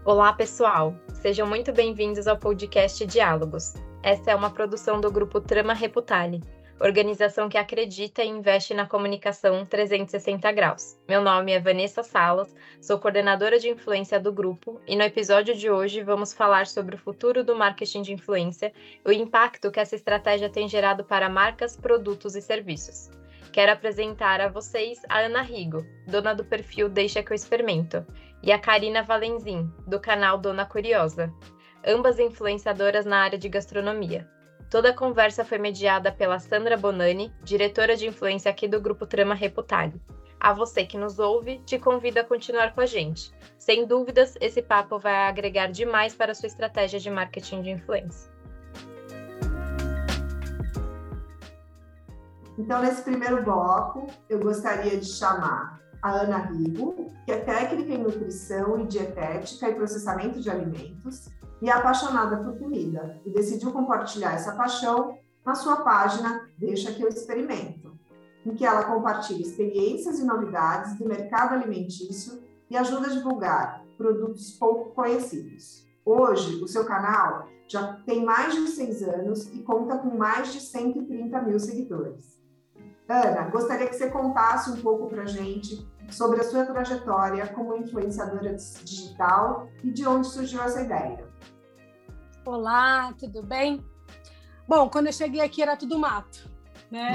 Olá, pessoal! Sejam muito bem-vindos ao podcast Diálogos. Essa é uma produção do grupo Trama Reputale, organização que acredita e investe na comunicação 360 graus. Meu nome é Vanessa Salas, sou coordenadora de influência do grupo e no episódio de hoje vamos falar sobre o futuro do marketing de influência e o impacto que essa estratégia tem gerado para marcas, produtos e serviços. Quero apresentar a vocês a Ana Rigo, dona do perfil Deixa que eu experimento, e a Karina Valenzin, do canal Dona Curiosa, ambas influenciadoras na área de gastronomia. Toda a conversa foi mediada pela Sandra Bonani, diretora de influência aqui do Grupo Trama Reputale. A você que nos ouve, te convido a continuar com a gente. Sem dúvidas, esse papo vai agregar demais para a sua estratégia de marketing de influência. Então, nesse primeiro bloco, eu gostaria de chamar a Ana Rigo, que é técnica em nutrição e dietética e processamento de alimentos e é apaixonada por comida e decidiu compartilhar essa paixão na sua página Deixa que eu experimento, em que ela compartilha experiências e novidades do mercado alimentício e ajuda a divulgar produtos pouco conhecidos. Hoje, o seu canal já tem mais de 6 anos e conta com mais de 130 mil seguidores. Ana, gostaria que você contasse um pouco para a gente sobre a sua trajetória como influenciadora digital e de onde surgiu essa ideia. Olá, tudo bem? Bom, quando eu cheguei aqui era tudo mato, né?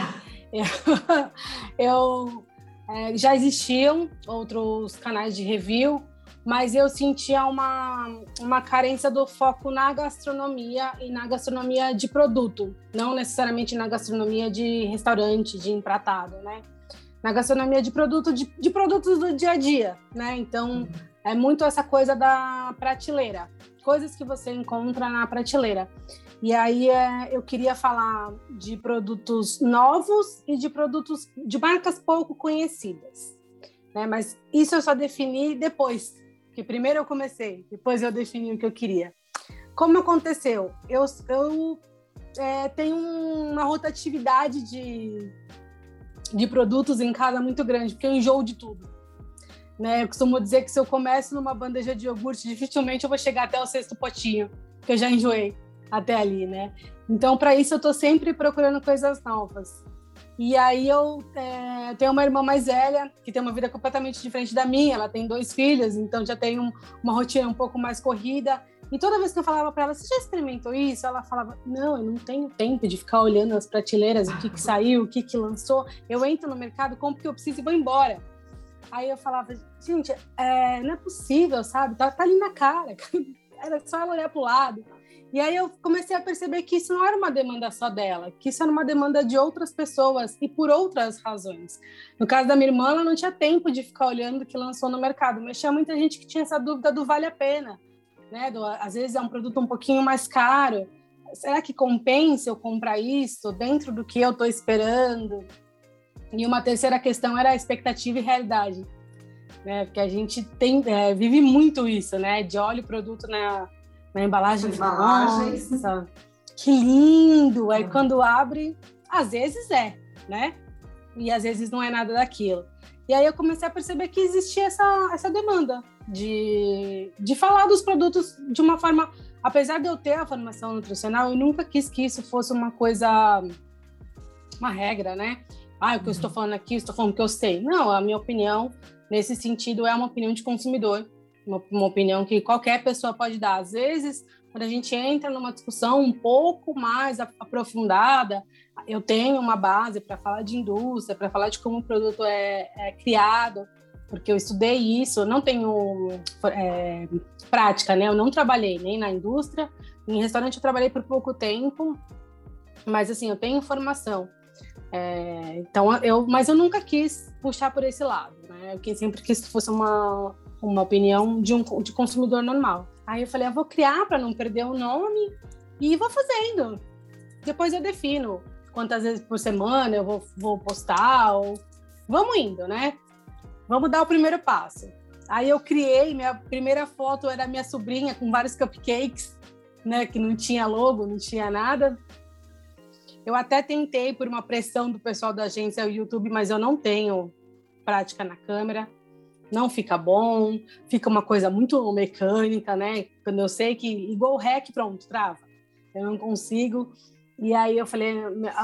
Já existiam outros canais de review, mas eu sentia uma carência do foco na gastronomia e na gastronomia de produto, não necessariamente na gastronomia de restaurante, de empratado, né? Na gastronomia de produto, de produtos do dia a dia, né? Então, é muito essa coisa da prateleira, coisas que você encontra na prateleira. E aí, eu queria falar de produtos novos e de produtos de marcas pouco conhecidas, né? Mas isso eu só defini depois, que primeiro eu comecei, depois eu defini o que eu queria. Como aconteceu? Eu tenho uma rotatividade de produtos em casa muito grande, porque eu enjoo de tudo, né? Eu costumo dizer que se eu começo numa bandeja de iogurte, dificilmente eu vou chegar até o 6º potinho, porque eu já enjoei até ali, né? Então, para isso, eu estou sempre procurando coisas novas. E aí eu tenho uma irmã mais velha, que tem uma vida completamente diferente da minha, ela tem 2 filhos, então já tem uma rotina um pouco mais corrida. E toda vez que eu falava para ela, você já experimentou isso? Ela falava, não, eu não tenho tempo de ficar olhando as prateleiras, o que saiu, o que lançou. Eu entro no mercado, compro o que eu preciso e vou embora. Aí eu falava, gente, não é possível, sabe? Tá ali na cara, era só ela olhar pro lado. E aí eu comecei a perceber que isso não era uma demanda só dela, que isso era uma demanda de outras pessoas e por outras razões. No caso da minha irmã, ela não tinha tempo de ficar olhando o que lançou no mercado, mas tinha muita gente que tinha essa dúvida do vale a pena, né? Às vezes é um produto um pouquinho mais caro. Será que compensa eu comprar isso dentro do que eu estou esperando? E uma terceira questão era a expectativa e realidade, né? Porque a gente vive muito isso, né? De olha o produto na embalagem, nossa, que lindo! Aí quando abre, às vezes né? E às vezes não é nada daquilo. E aí eu comecei a perceber que existia essa demanda de falar dos produtos de uma forma... Apesar de eu ter a formação nutricional, eu nunca quis que isso fosse uma coisa, uma regra, né? O que eu estou falando aqui, estou falando o que eu sei. Não, a minha opinião, nesse sentido, é uma opinião de consumidor. Uma opinião que qualquer pessoa pode dar. Às vezes, quando a gente entra numa discussão um pouco mais aprofundada, eu tenho uma base para falar de indústria, para falar de como o produto é criado, porque eu estudei isso, eu não tenho prática, né? Eu não trabalhei nem na indústria, em restaurante eu trabalhei por pouco tempo, mas assim, eu tenho formação. Mas eu nunca quis puxar por esse lado, né? Eu sempre quis que fosse uma opinião de consumidor normal. Aí eu falei, eu vou criar para não perder o nome e vou fazendo. Depois eu defino quantas vezes por semana eu vou postar. Vamos indo, né? Vamos dar o primeiro passo. Aí eu criei, minha primeira foto era minha sobrinha com vários cupcakes, né? Que não tinha logo, não tinha nada. Eu até tentei, por uma pressão do pessoal da agência, o YouTube, mas eu não tenho prática na câmera. não fica bom, fica uma coisa muito mecânica, né? Quando eu sei que igual o REC, pronto, trava. Eu não consigo. E aí eu falei,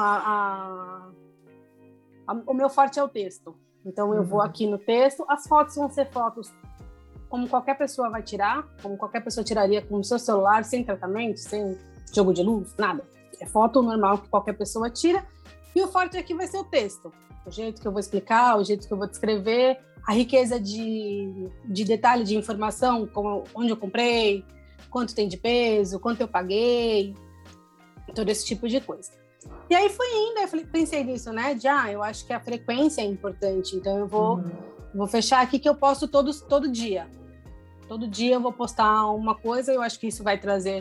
o meu forte é o texto. Então eu vou aqui no texto, as fotos vão ser fotos como qualquer pessoa vai tirar, como qualquer pessoa tiraria com o seu celular, sem tratamento, sem jogo de luz, nada. É foto normal que qualquer pessoa tira. E o forte aqui vai ser o texto. O jeito que eu vou explicar, o jeito que eu vou descrever, a riqueza de detalhe, de informação, como onde eu comprei, quanto tem de peso, quanto eu paguei, todo esse tipo de coisa. E aí foi indo, eu pensei nisso, né? Eu acho que a frequência é importante, então eu vou fechar aqui que eu posto todo dia. Todo dia eu vou postar uma coisa, eu acho que isso vai trazer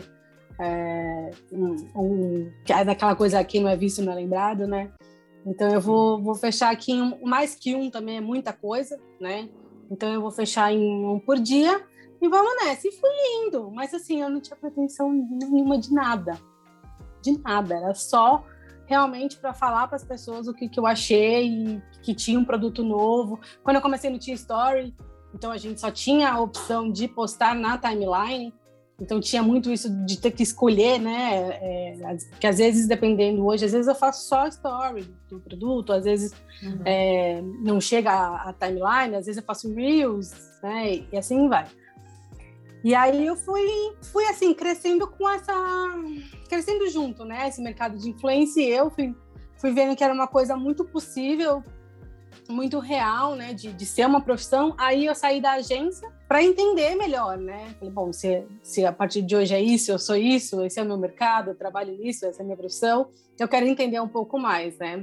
que é daquela coisa aqui não é visto, não é lembrado, né? Então eu vou fechar aqui mais que um também é muita coisa, né? Então eu vou fechar em um por dia e vamos nessa. E fui indo, mas assim, eu não tinha pretensão nenhuma de nada. De nada, era só realmente para falar para as pessoas o que eu achei, que tinha um produto novo. Quando eu comecei não tinha story, então a gente só tinha a opção de postar na timeline. Então tinha muito isso de ter que escolher, né? Que às vezes, dependendo hoje, às vezes eu faço só story do produto, às vezes não chega a timeline, às vezes eu faço reels, né? E assim vai. E aí eu fui assim, crescendo junto, né? Esse mercado de influência, e eu fui vendo que era uma coisa muito possível, muito real, né? De ser uma profissão. Aí eu saí da agência para entender melhor, né? Falei, bom, se a partir de hoje é isso, eu sou isso, esse é o meu mercado, eu trabalho nisso, essa é a minha profissão, eu quero entender um pouco mais, né?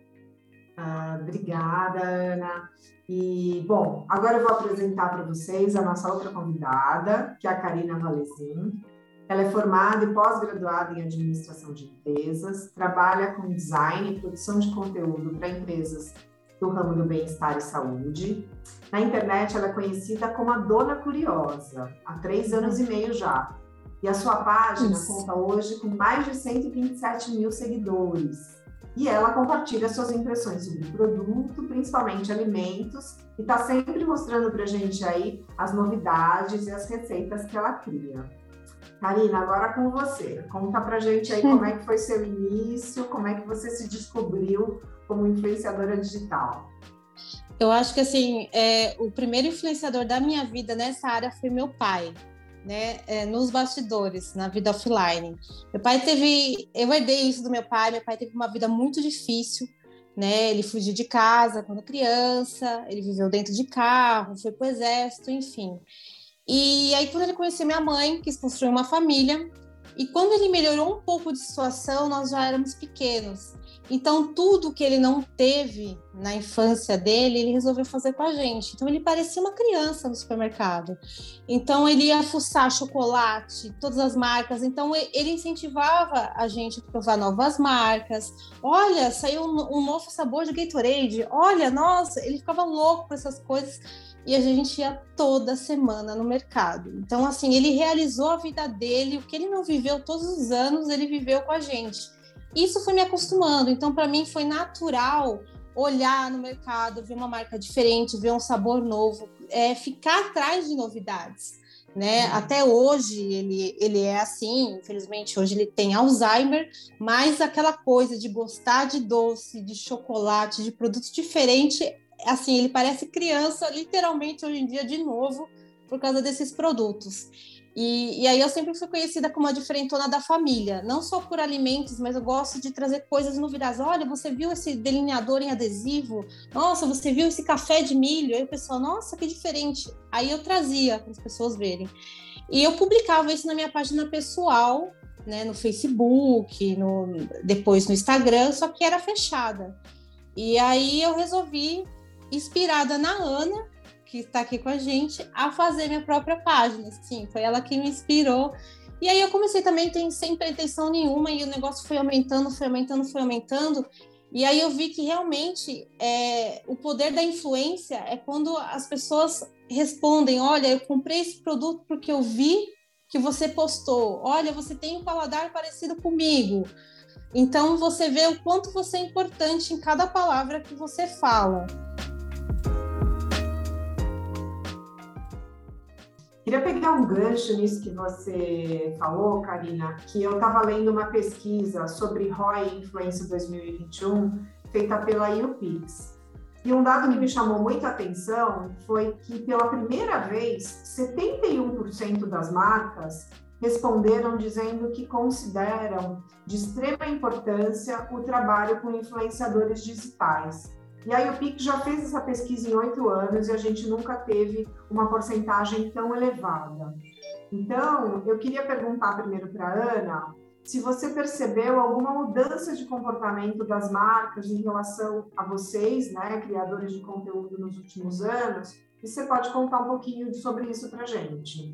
Obrigada, Ana. E, bom, agora eu vou apresentar para vocês a nossa outra convidada, que é a Karina Valezin. Ela é formada e pós-graduada em administração de empresas, trabalha com design e produção de conteúdo para empresas do ramo do bem-estar e saúde. Na internet, ela é conhecida como a Dona Curiosa, há 3 anos e meio já. E a sua página conta hoje com mais de 127 mil seguidores. E ela compartilha suas impressões sobre o produto, principalmente alimentos, e está sempre mostrando para a gente aí as novidades e as receitas que ela cria. Karina, agora com você. Conta pra gente aí como é que foi seu início, como é que você se descobriu como influenciadora digital. Eu acho que assim, o primeiro influenciador da minha vida nessa área foi meu pai, né? Nos bastidores, na vida offline. Eu herdei isso do meu pai teve uma vida muito difícil, né? Ele fugiu de casa quando criança, ele viveu dentro de carro, foi pro exército, enfim. E aí, quando ele conheceu minha mãe, quis construir uma família, e quando ele melhorou um pouco de situação, nós já éramos pequenos. Então, tudo que ele não teve na infância dele, ele resolveu fazer com a gente. Então, ele parecia uma criança no supermercado. Então, ele ia fuçar chocolate, todas as marcas. Então, ele incentivava a gente a provar novas marcas. Olha, saiu um novo sabor de Gatorade. Olha, nossa, ele ficava louco com essas coisas. E a gente ia toda semana no mercado. Então, assim, ele realizou a vida dele. O que ele não viveu todos os anos, ele viveu com a gente. Isso foi me acostumando. Então, para mim, foi natural olhar no mercado, ver uma marca diferente, ver um sabor novo, ficar atrás de novidades, né? Até hoje, ele é assim. Infelizmente, hoje ele tem Alzheimer, mas aquela coisa de gostar de doce, de chocolate, de produto diferente, assim, ele parece criança, literalmente, hoje em dia, de novo, por causa desses produtos. E aí eu sempre fui conhecida como a diferentona da família, não só por alimentos, mas eu gosto de trazer coisas novidades. Olha, você viu esse delineador em adesivo? Nossa, você viu esse café de milho? Aí o pessoal, nossa, que diferente. Aí eu trazia para as pessoas verem. E eu publicava isso na minha página pessoal, né, no Facebook, depois no Instagram, só que era fechada. E aí eu resolvi, inspirada na Ana, que está aqui com a gente, a fazer minha própria página. Sim, foi ela que me inspirou. E aí eu comecei também sem pretensão nenhuma, e o negócio foi aumentando. E aí eu vi que realmente o poder da influência é quando as pessoas respondem: olha, eu comprei esse produto porque eu vi que você postou. Olha, você tem um paladar parecido comigo. Então você vê o quanto você é importante em cada palavra que você fala. Queria pegar um gancho nisso que você falou, Karina, que eu estava lendo uma pesquisa sobre ROI e Influência 2021, feita pela YouPix. E um dado que me chamou muita atenção foi que, pela primeira vez, 71% das marcas responderam dizendo que consideram de extrema importância o trabalho com influenciadores digitais. E a YouPix já fez essa pesquisa em 8 anos e a gente nunca teve uma porcentagem tão elevada. Então, eu queria perguntar primeiro para a Ana se você percebeu alguma mudança de comportamento das marcas em relação a vocês, né, criadores de conteúdo nos últimos anos, e você pode contar um pouquinho sobre isso para a gente.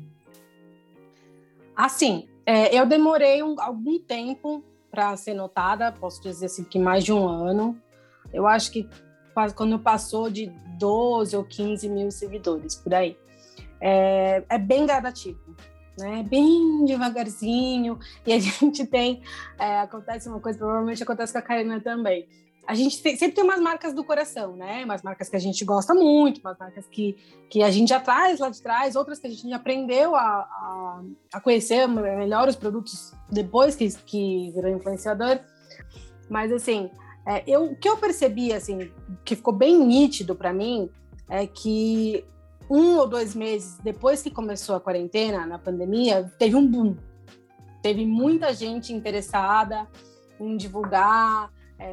Assim, eu demorei algum tempo para ser notada, posso dizer assim, que mais de um ano. Eu acho que quando passou de 12 ou 15 mil seguidores, por aí. É bem gradativo, né? Bem devagarzinho, e a gente tem... acontece uma coisa, provavelmente acontece com a Karina também. A gente sempre tem umas marcas do coração, né? Umas marcas que a gente gosta muito, umas marcas que a gente já traz lá de trás, outras que a gente aprendeu a conhecer melhor os produtos depois que virou influenciador. Mas, assim, o que eu percebi, assim, que ficou bem nítido para mim, é que 1 ou 2 meses depois que começou a quarentena, na pandemia, teve um boom. Teve muita gente interessada em divulgar.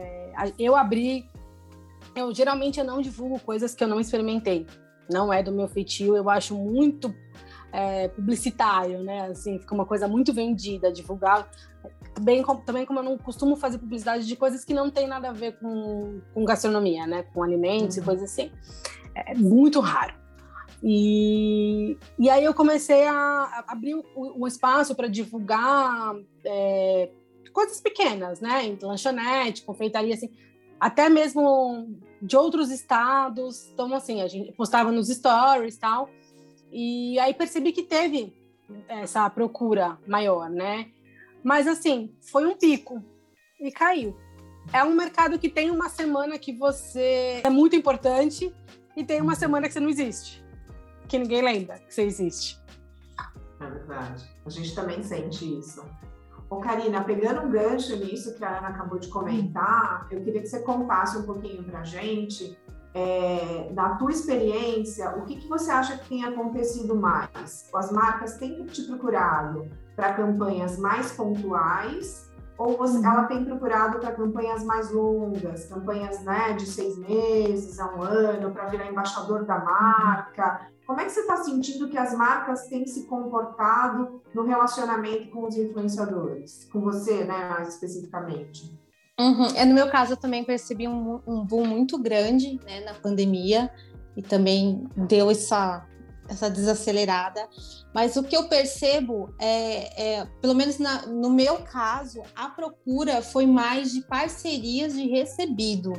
Geralmente eu não divulgo coisas que eu não experimentei. Não é do meu feitio, eu acho muito publicitário, né? Assim, fica uma coisa muito vendida, divulgar. Também como eu não costumo fazer publicidade de coisas que não tem nada a ver com gastronomia, né? Com alimentos e coisas assim. É muito raro. E aí eu comecei a abrir um espaço para divulgar coisas pequenas, né? Em lanchonete, confeitaria, assim, até mesmo de outros estados. Então, assim, a gente postava nos stories e tal. E aí percebi que teve essa procura maior, né? Mas, assim, foi um pico e caiu. É um mercado que tem uma semana que você é muito importante e tem uma semana que você não existe, que ninguém lembra que você existe. É verdade. A gente também sente isso. Ô, Karina, pegando um gancho nisso que a Ana acabou de comentar, eu queria que você contasse um pouquinho pra gente, na tua experiência, o que você acha que tem acontecido mais? As marcas têm te procurado para campanhas mais pontuais ou ela tem procurado para campanhas mais longas, campanhas, né, de 6 meses a 1 ano, para virar embaixador da marca? Como é que você está sentindo que as marcas têm se comportado no relacionamento com os influenciadores? Com você, né, mais especificamente? No meu caso, eu também percebi um boom muito grande, né, na pandemia, e também deu essa desacelerada. Mas o que eu percebo pelo menos no meu caso, a procura foi mais de parcerias de recebido.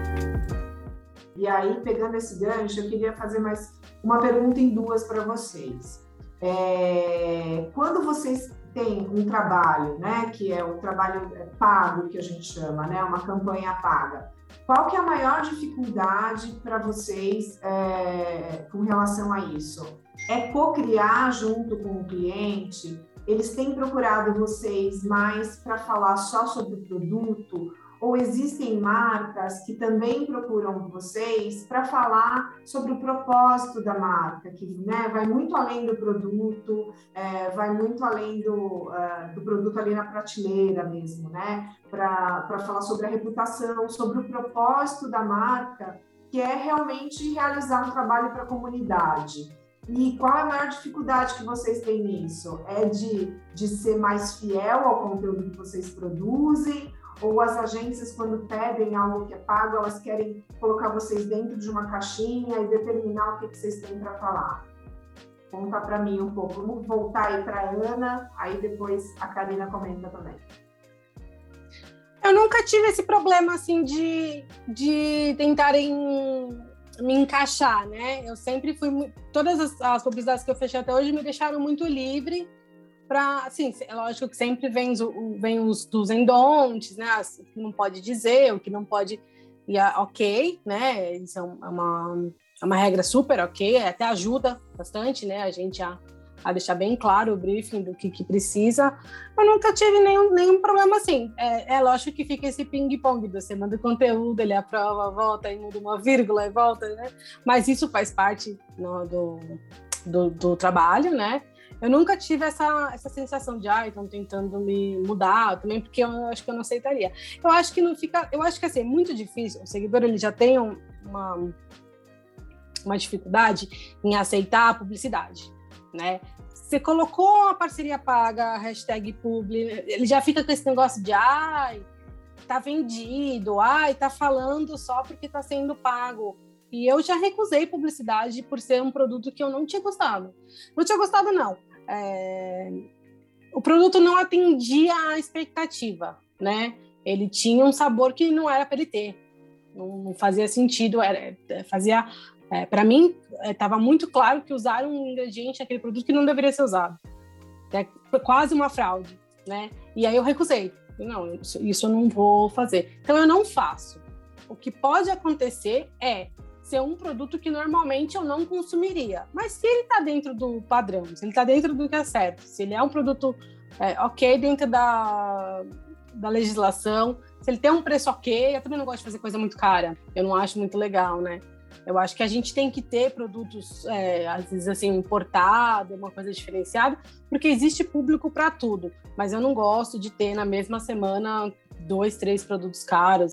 E aí, pegando esse gancho, eu queria fazer mais uma pergunta em 2 para vocês. Quando vocês têm um trabalho, né, que é o trabalho pago, que a gente chama, né, uma campanha paga, qual que é a maior dificuldade para vocês com relação a isso? É co-criar junto com o cliente? Eles têm procurado vocês mais para falar só sobre o produto? Ou existem marcas que também procuram vocês para falar sobre o propósito da marca, que, né, vai muito além do produto, vai muito além do produto ali na prateleira mesmo, né? Para falar sobre a reputação, sobre o propósito da marca, que é realmente realizar um trabalho para a comunidade. E qual é a maior dificuldade que vocês têm nisso? É de ser mais fiel ao conteúdo que vocês produzem? Ou as agências, quando pedem algo que é pago, elas querem colocar vocês dentro de uma caixinha e determinar o que vocês têm para falar? Conta para mim um pouco. Vamos voltar aí para a Ana, aí depois a Karina comenta também. Eu nunca tive esse problema, assim, de tentarem me encaixar, né? Eu sempre fui... Todas as publicidades que eu fechei até hoje me deixaram muito livre. Assim, é lógico que sempre vem os dos and don'ts, né? O que não pode dizer, o que não pode... ok, né? Isso é uma regra super ok, até ajuda bastante, né? A gente a a deixar bem claro o briefing do que precisa. Eu nunca tive nenhum problema assim. É lógico que fica esse ping-pong, você manda o conteúdo, ele aprova, volta, e muda uma vírgula e volta, né? Mas isso faz parte do trabalho, né? Eu nunca tive essa sensação de, estão tentando me mudar, também porque eu acho que eu não aceitaria. Eu acho que não fica, eu acho que assim, é muito difícil, o seguidor ele já tem uma dificuldade em aceitar a publicidade, né? Você colocou a parceria paga, hashtag publi, ele já fica com esse negócio de, tá vendido, tá falando só porque tá sendo pago. E eu já recusei publicidade por ser um produto que eu não tinha gostado. Não tinha gostado, não. O produto não atendia à expectativa, né? Ele tinha um sabor que não era para ele ter. Não fazia sentido. Para mim, estava muito claro que usaram um ingrediente naquele produto que não deveria ser usado. É quase uma fraude, né? E aí eu recusei. Não, isso eu não vou fazer. Então, eu não faço. O que pode acontecer é ser um produto que normalmente eu não consumiria. Mas se ele está dentro do padrão, se ele está dentro do que é certo, se ele é um produto ok dentro da legislação, se ele tem um preço ok, eu também não gosto de fazer coisa muito cara. Eu não acho muito legal, né? Eu acho que a gente tem que ter produtos, às vezes assim, importado, uma coisa diferenciada, porque existe público para tudo. Mas eu não gosto de ter na mesma semana 2, 3 produtos caros.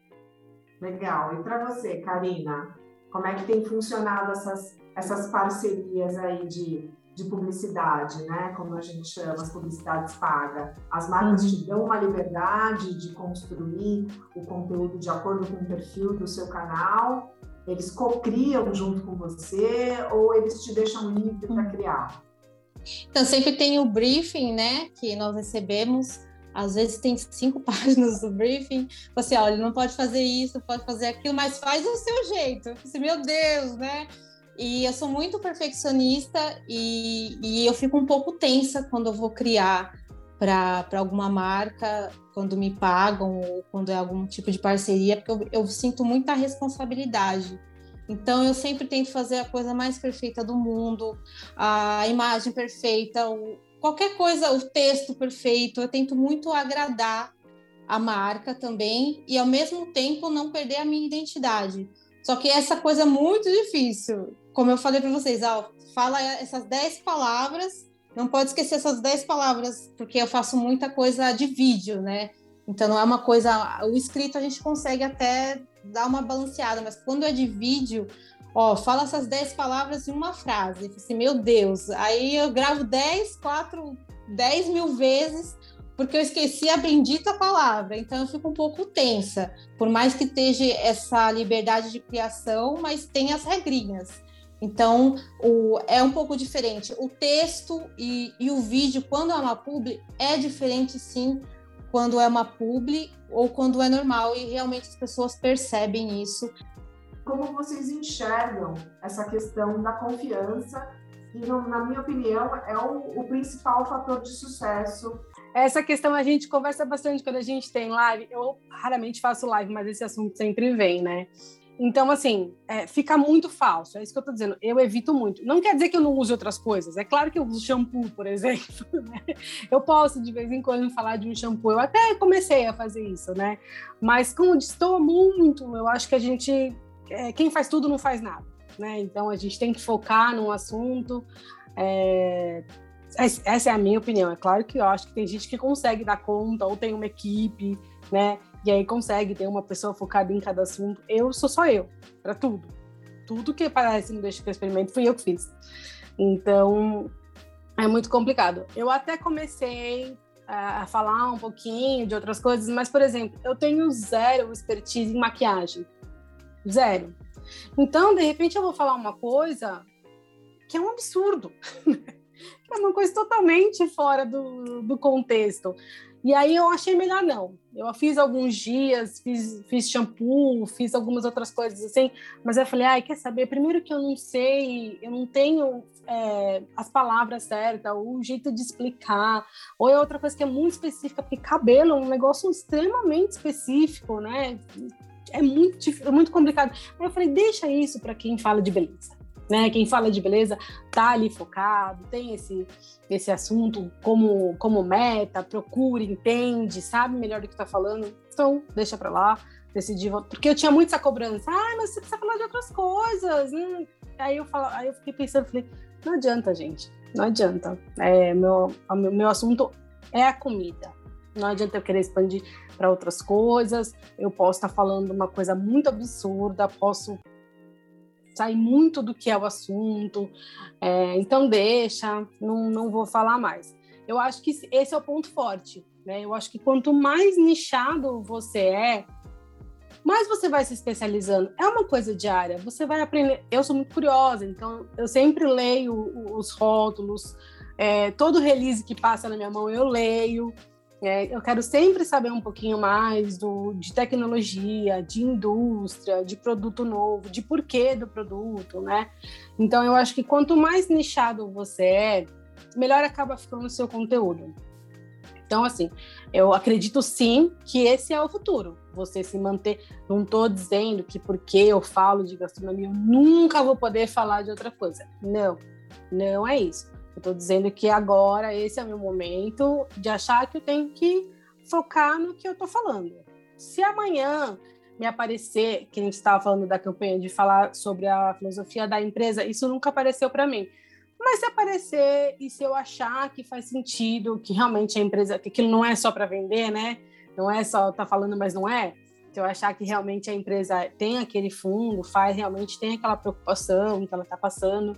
Legal. E para você, Karina, como é que tem funcionado essas parcerias aí de publicidade, né? Como a gente chama, as publicidades pagas. As marcas te dão uma liberdade de construir o conteúdo de acordo com o perfil do seu canal? Eles co-criam junto com você ou eles te deixam livre para criar? Então, sempre tem o briefing, né? Que nós recebemos. Às vezes tem 5 páginas do briefing, você, olha, não pode fazer isso, pode fazer aquilo, mas faz do seu jeito. Você, meu Deus, né? E eu sou muito perfeccionista e eu fico um pouco tensa quando eu vou criar para alguma marca, quando me pagam ou quando é algum tipo de parceria, porque eu sinto muita responsabilidade. Então, eu sempre tento fazer a coisa mais perfeita do mundo, a imagem perfeita, qualquer coisa, o texto perfeito. Eu tento muito agradar a marca também e, ao mesmo tempo, não perder a minha identidade. Só que essa coisa é muito difícil. Como eu falei para vocês, fala essas 10 palavras, não pode esquecer essas 10 palavras, porque eu faço muita coisa de vídeo, né? Então, não é uma coisa... O escrito a gente consegue até dar uma balanceada, mas quando é de vídeo... fala essas 10 palavras em uma frase. Eu falei assim, meu Deus, aí eu gravo 10 mil vezes porque eu esqueci a bendita palavra. Então eu fico um pouco tensa, por mais que esteja essa liberdade de criação, mas tem as regrinhas. Então é um pouco diferente. O texto e o vídeo, quando é uma publi, é diferente sim, quando é uma publi ou quando é normal, e realmente as pessoas percebem isso. Como vocês enxergam essa questão da confiança, que, na minha opinião, é o principal fator de sucesso? Essa questão a gente conversa bastante quando a gente tem live. Eu raramente faço live, mas esse assunto sempre vem, né? Então, assim, fica muito falso. É isso que eu tô dizendo. Eu evito muito. Não quer dizer que eu não use outras coisas. É claro que eu uso shampoo, por exemplo. Né? Eu posso, de vez em quando, falar de um shampoo. Eu até comecei a fazer isso, né? Mas como destoa muito, eu acho que a gente... quem faz tudo não faz nada, né? Então a gente tem que focar num assunto. Essa é a minha opinião. É claro que eu acho que tem gente que consegue dar conta, ou tem uma equipe, né? E aí consegue ter uma pessoa focada em cada assunto. Eu sou só eu, para tudo. Tudo que parece no Deixa que eu experimento fui eu que fiz. Então é muito complicado. Eu até comecei a falar um pouquinho de outras coisas, mas, por exemplo, eu tenho zero expertise em maquiagem. Zero. Então, de repente, eu vou falar uma coisa que é um absurdo. Que é uma coisa totalmente fora do contexto. E aí eu achei melhor não. Eu fiz alguns dias, fiz shampoo, fiz algumas outras coisas assim, mas eu falei, quer saber? Primeiro que eu não sei, eu não tenho as palavras certas, ou o jeito de explicar, ou é outra coisa que é muito específica, porque cabelo é um negócio extremamente específico, né? É muito complicado. Aí eu falei, deixa isso para quem fala de beleza. né? Quem fala de beleza tá ali focado, tem esse assunto como meta, procura, entende, sabe melhor do que tá falando. Então, deixa pra lá, decidi, porque eu tinha muito essa cobrança. Mas você precisa falar de outras coisas. Aí eu fiquei pensando, falei, não adianta, gente, não adianta. Meu assunto é a comida. Não adianta eu querer expandir para outras coisas. Eu posso estar falando uma coisa muito absurda, posso sair muito do que é o assunto, então deixa, não vou falar mais. Eu acho que esse é o ponto forte, né? Eu acho que quanto mais nichado você mais você vai se especializando. É uma coisa diária, você vai aprender. Eu sou muito curiosa, então eu sempre leio os rótulos, todo release que passa na minha mão eu leio. Eu quero sempre saber um pouquinho mais de tecnologia, de indústria, de produto novo, de porquê do produto, né? Então, eu acho que quanto mais nichado você melhor acaba ficando o seu conteúdo. Então, assim, eu acredito sim que esse é o futuro. Você se manter... Não estou dizendo que porque eu falo de gastronomia eu nunca vou poder falar de outra coisa. Não é isso. Eu estou dizendo que agora esse é o meu momento de achar que eu tenho que focar no que eu estou falando. Se amanhã me aparecer, que a gente estava falando da campanha de falar sobre a filosofia da empresa, isso nunca apareceu para mim. Mas se aparecer e se eu achar que faz sentido, que realmente a empresa, que aquilo não é só para vender, né? Não é só tá falando, mas não é. Se eu achar que realmente a empresa tem aquele fundo, realmente tem aquela preocupação que ela está passando,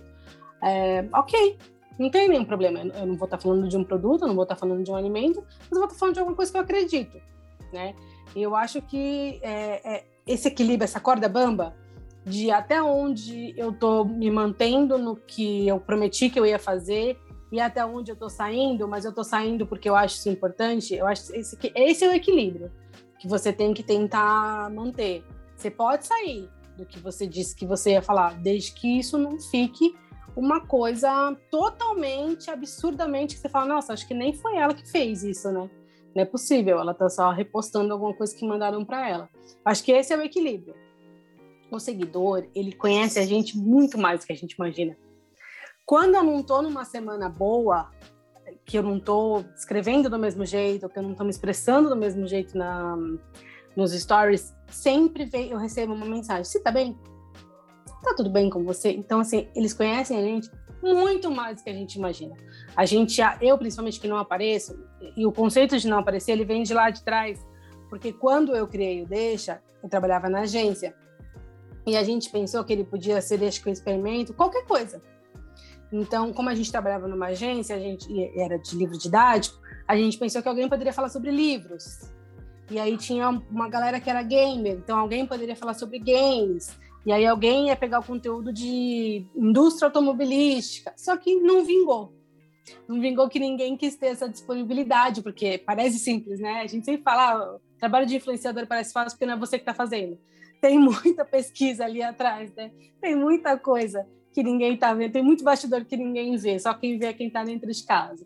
ok. Não tem nenhum problema. Eu não vou estar falando de um produto, eu não vou estar falando de um alimento, mas eu vou estar falando de alguma coisa que eu acredito, né? E eu acho que esse equilíbrio, essa corda bamba, de até onde eu estou me mantendo no que eu prometi que eu ia fazer e até onde eu estou saindo, mas eu estou saindo porque eu acho isso importante. Eu acho que esse é o equilíbrio que você tem que tentar manter. Você pode sair do que você disse que você ia falar, desde que isso não fique uma coisa totalmente, absurdamente, que você fala, nossa, acho que nem foi ela que fez isso, né? Não é possível, ela tá só repostando alguma coisa que mandaram para ela. Acho que esse é o equilíbrio. O seguidor, ele conhece a gente muito mais do que a gente imagina. Quando eu não tô numa semana boa, que eu não tô escrevendo do mesmo jeito, que eu não tô me expressando do mesmo jeito nos stories, sempre eu recebo uma mensagem, você tá bem? Tá tudo bem com você? Então, assim, eles conhecem a gente muito mais do que a gente imagina. Eu principalmente que não apareço, e o conceito de não aparecer, ele vem de lá de trás, porque quando eu criei o Deixa, eu trabalhava na agência, e a gente pensou que ele podia ser Deixa que eu experimento, qualquer coisa. Então, como a gente trabalhava numa agência, era de livro didático, a gente pensou que alguém poderia falar sobre livros. E aí tinha uma galera que era gamer, então alguém poderia falar sobre games. E aí alguém ia pegar o conteúdo de indústria automobilística, só que não vingou. Não vingou que ninguém quis ter essa disponibilidade, porque parece simples, né? A gente sempre fala, trabalho de influenciador parece fácil porque não é você que está fazendo. Tem muita pesquisa ali atrás, né? Tem muita coisa que ninguém está vendo, tem muito bastidor que ninguém vê, só quem vê é quem está dentro de casa.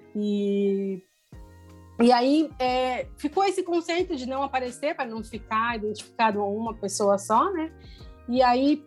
E aí ficou esse conceito de não aparecer, para não ficar identificado a uma pessoa só, né? E aí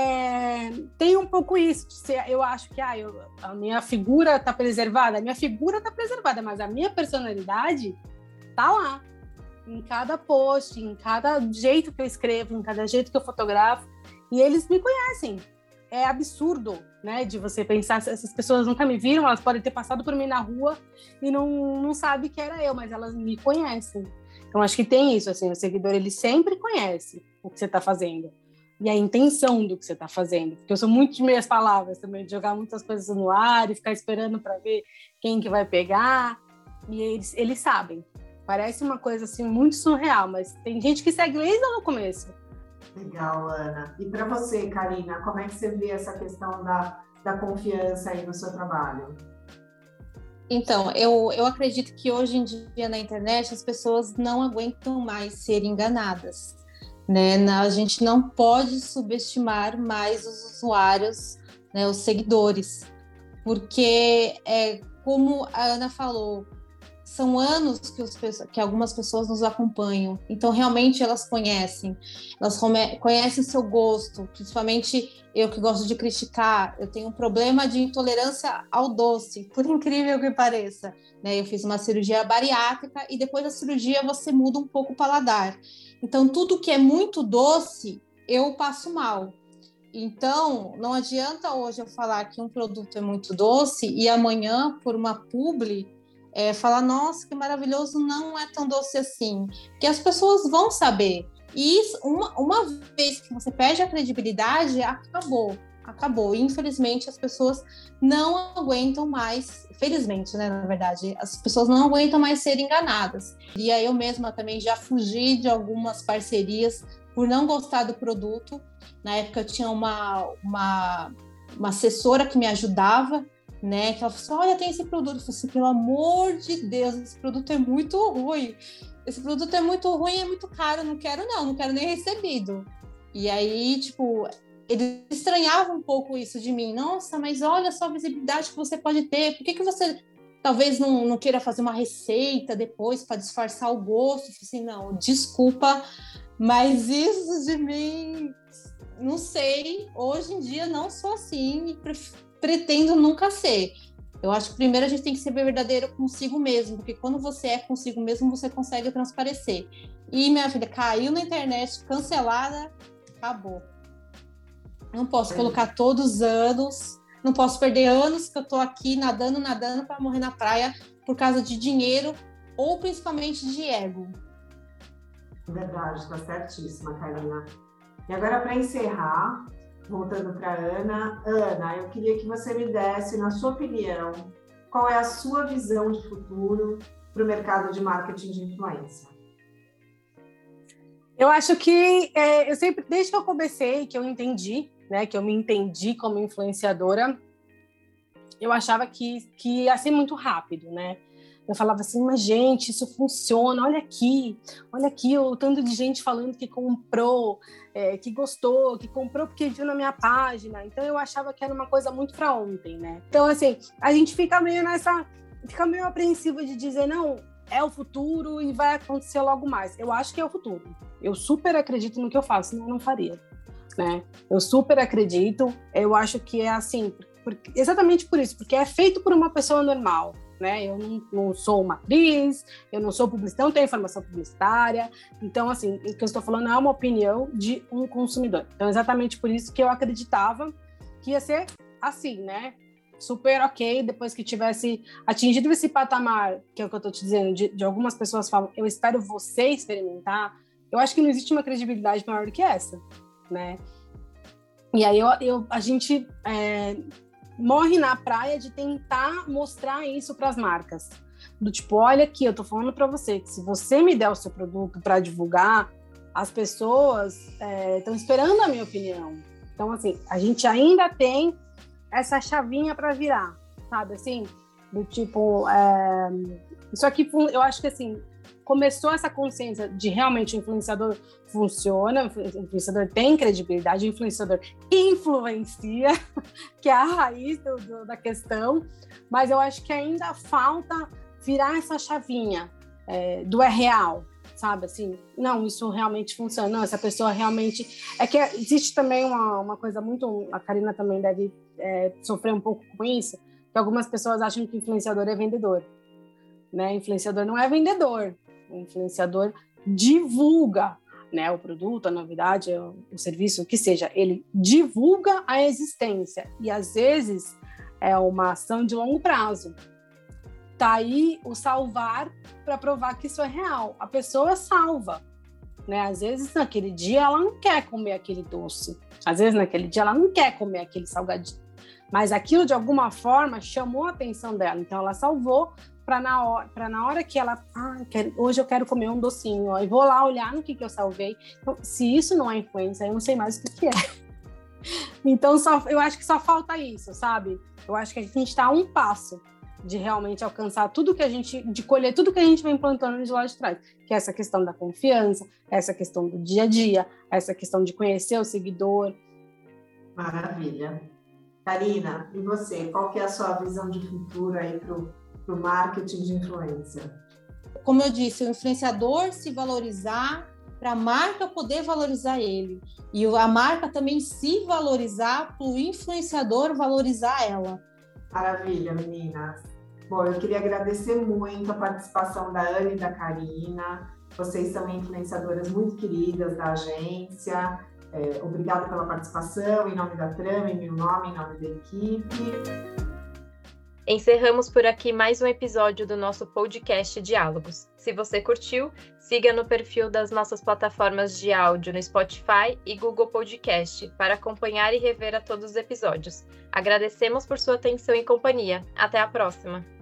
tem um pouco isso, eu acho que a minha figura está preservada, mas a minha personalidade está lá, em cada post, em cada jeito que eu escrevo, em cada jeito que eu fotografo, e eles me conhecem. É absurdo, né, de você pensar, essas pessoas nunca me viram, elas podem ter passado por mim na rua e não sabem que era eu, mas elas me conhecem. Então acho que tem isso, assim, o seguidor ele sempre conhece o que você está fazendo. E a intenção do que você está fazendo. Porque eu sou muito de meias palavras também, de jogar muitas coisas no ar e ficar esperando para ver quem que vai pegar. E eles sabem. Parece uma coisa assim muito surreal, mas tem gente que segue desde no começo. Legal, Ana. E para você, Karina, como é que você vê essa questão da confiança aí no seu trabalho? Então, eu acredito que hoje em dia na internet as pessoas não aguentam mais ser enganadas. Né? A gente não pode subestimar mais os usuários, né, os seguidores, porque como a Ana falou, são anos que algumas pessoas nos acompanham, então realmente elas conhecem o seu gosto, principalmente eu que gosto de criticar, eu tenho um problema de intolerância ao doce, por incrível que pareça, né? Eu fiz uma cirurgia bariátrica e depois da cirurgia você muda um pouco o paladar, então tudo que é muito doce eu passo mal. Então, não adianta hoje eu falar que um produto é muito doce e amanhã, por uma publi, falar, nossa, que maravilhoso, não é tão doce assim. Porque as pessoas vão saber. E isso, uma vez que você perde a credibilidade, acabou. E, infelizmente, as pessoas não aguentam mais, felizmente, né, na verdade, as pessoas não aguentam mais ser enganadas. E aí eu mesma também já fugi de algumas parcerias por não gostar do produto. Na época eu tinha uma assessora que me ajudava, né? Que ela falou assim, olha, tem esse produto. Eu falei assim, pelo amor de Deus, esse produto é muito ruim. Esse produto é muito ruim, é muito caro, não quero nem recebido. E aí, tipo, ele estranhava um pouco isso de mim. Nossa, mas olha só a visibilidade que você pode ter. Por que você talvez não queira fazer uma receita depois para disfarçar o gosto? Eu falei assim, não, desculpa, mas isso de mim, não sei, hoje em dia não sou assim e pretendo nunca ser. Eu acho que primeiro a gente tem que ser verdadeiro consigo mesmo, porque quando você é consigo mesmo, você consegue transparecer. E minha filha caiu na internet, cancelada, acabou. Não posso colocar todos os anos, não posso perder anos que eu tô aqui nadando para morrer na praia por causa de dinheiro ou principalmente de ego. Verdade, está certíssima, Karina. E agora, para encerrar, voltando para Ana. Ana, eu queria que você me desse, na sua opinião, qual é a sua visão de futuro para o mercado de marketing de influência? Eu acho que eu sempre, desde que eu comecei, que eu entendi, né, que eu me entendi como influenciadora, eu achava que ia ser muito rápido, né? Eu falava assim, mas gente, isso funciona, olha aqui o tanto de gente falando que comprou, que gostou, que comprou porque viu na minha página. Então eu achava que era uma coisa muito para ontem, né? Então assim, a gente fica meio apreensiva de dizer, não, é o futuro e vai acontecer logo mais. Eu acho que é o futuro. Eu super acredito no que eu faço, senão eu não faria, né? Eu super acredito, eu acho que é assim, exatamente por isso, porque é feito por uma pessoa normal, né? Eu não sou uma atriz, eu não sou publicitária, não tenho formação publicitária, então assim, o que eu estou falando é uma opinião de um consumidor. Então exatamente por isso que eu acreditava que ia ser assim, né? Super ok, depois que tivesse atingido esse patamar, que é o que eu estou te dizendo, de algumas pessoas falam, eu espero você experimentar, eu acho que não existe uma credibilidade maior do que essa, né? E aí a gente morre na praia de tentar mostrar isso para as marcas. Do tipo, olha aqui, eu tô falando para você que se você me der o seu produto para divulgar, as pessoas estão esperando a minha opinião. Então, assim, a gente ainda tem essa chavinha para virar, sabe? Assim, do tipo, isso aqui, eu acho que assim, começou essa consciência de realmente o influenciador funciona, o influenciador tem credibilidade, o influenciador influencia, que é a raiz da questão, mas eu acho que ainda falta virar essa chavinha do real, sabe? Assim, não, isso realmente funciona, não, essa pessoa realmente... É que existe também uma coisa muito... A Karina também deve sofrer um pouco com isso, que algumas pessoas acham que influenciador é vendedor, né? Influenciador não é vendedor, o influenciador divulga, né, o produto, a novidade, o serviço, o que seja, ele divulga a existência e às vezes é uma ação de longo prazo. Tá aí o salvar para provar que isso é real. A pessoa salva, né? Às vezes naquele dia ela não quer comer aquele doce, às vezes naquele dia ela não quer comer aquele salgadinho, mas aquilo de alguma forma chamou a atenção dela, então ela salvou para na hora que ela, hoje eu quero comer um docinho, ó, e vou lá olhar no que eu salvei. Então, se isso não é influência, eu não sei mais o que é. Então, eu acho que só falta isso, sabe? Eu acho que a gente está a um passo de realmente alcançar de colher tudo que a gente vem plantando de lá de trás, que é essa questão da confiança, essa questão do dia a dia, essa questão de conhecer o seguidor. Maravilha. Karina, e você? Qual que é a sua visão de futuro aí para o marketing de influência? como eu disse, o influenciador se valorizar para a marca poder valorizar ele. E a marca também se valorizar para o influenciador valorizar ela. Maravilha, meninas. Bom, eu queria agradecer muito a participação da Ana e da Karina. Vocês são influenciadoras muito queridas da agência. Obrigada pela participação, em nome da Trama, em meu nome, em nome da equipe. Encerramos por aqui mais um episódio do nosso podcast Diálogos. Se você curtiu, siga no perfil das nossas plataformas de áudio no Spotify e Google Podcast para acompanhar e rever a todos os episódios. Agradecemos por sua atenção e companhia. Até a próxima!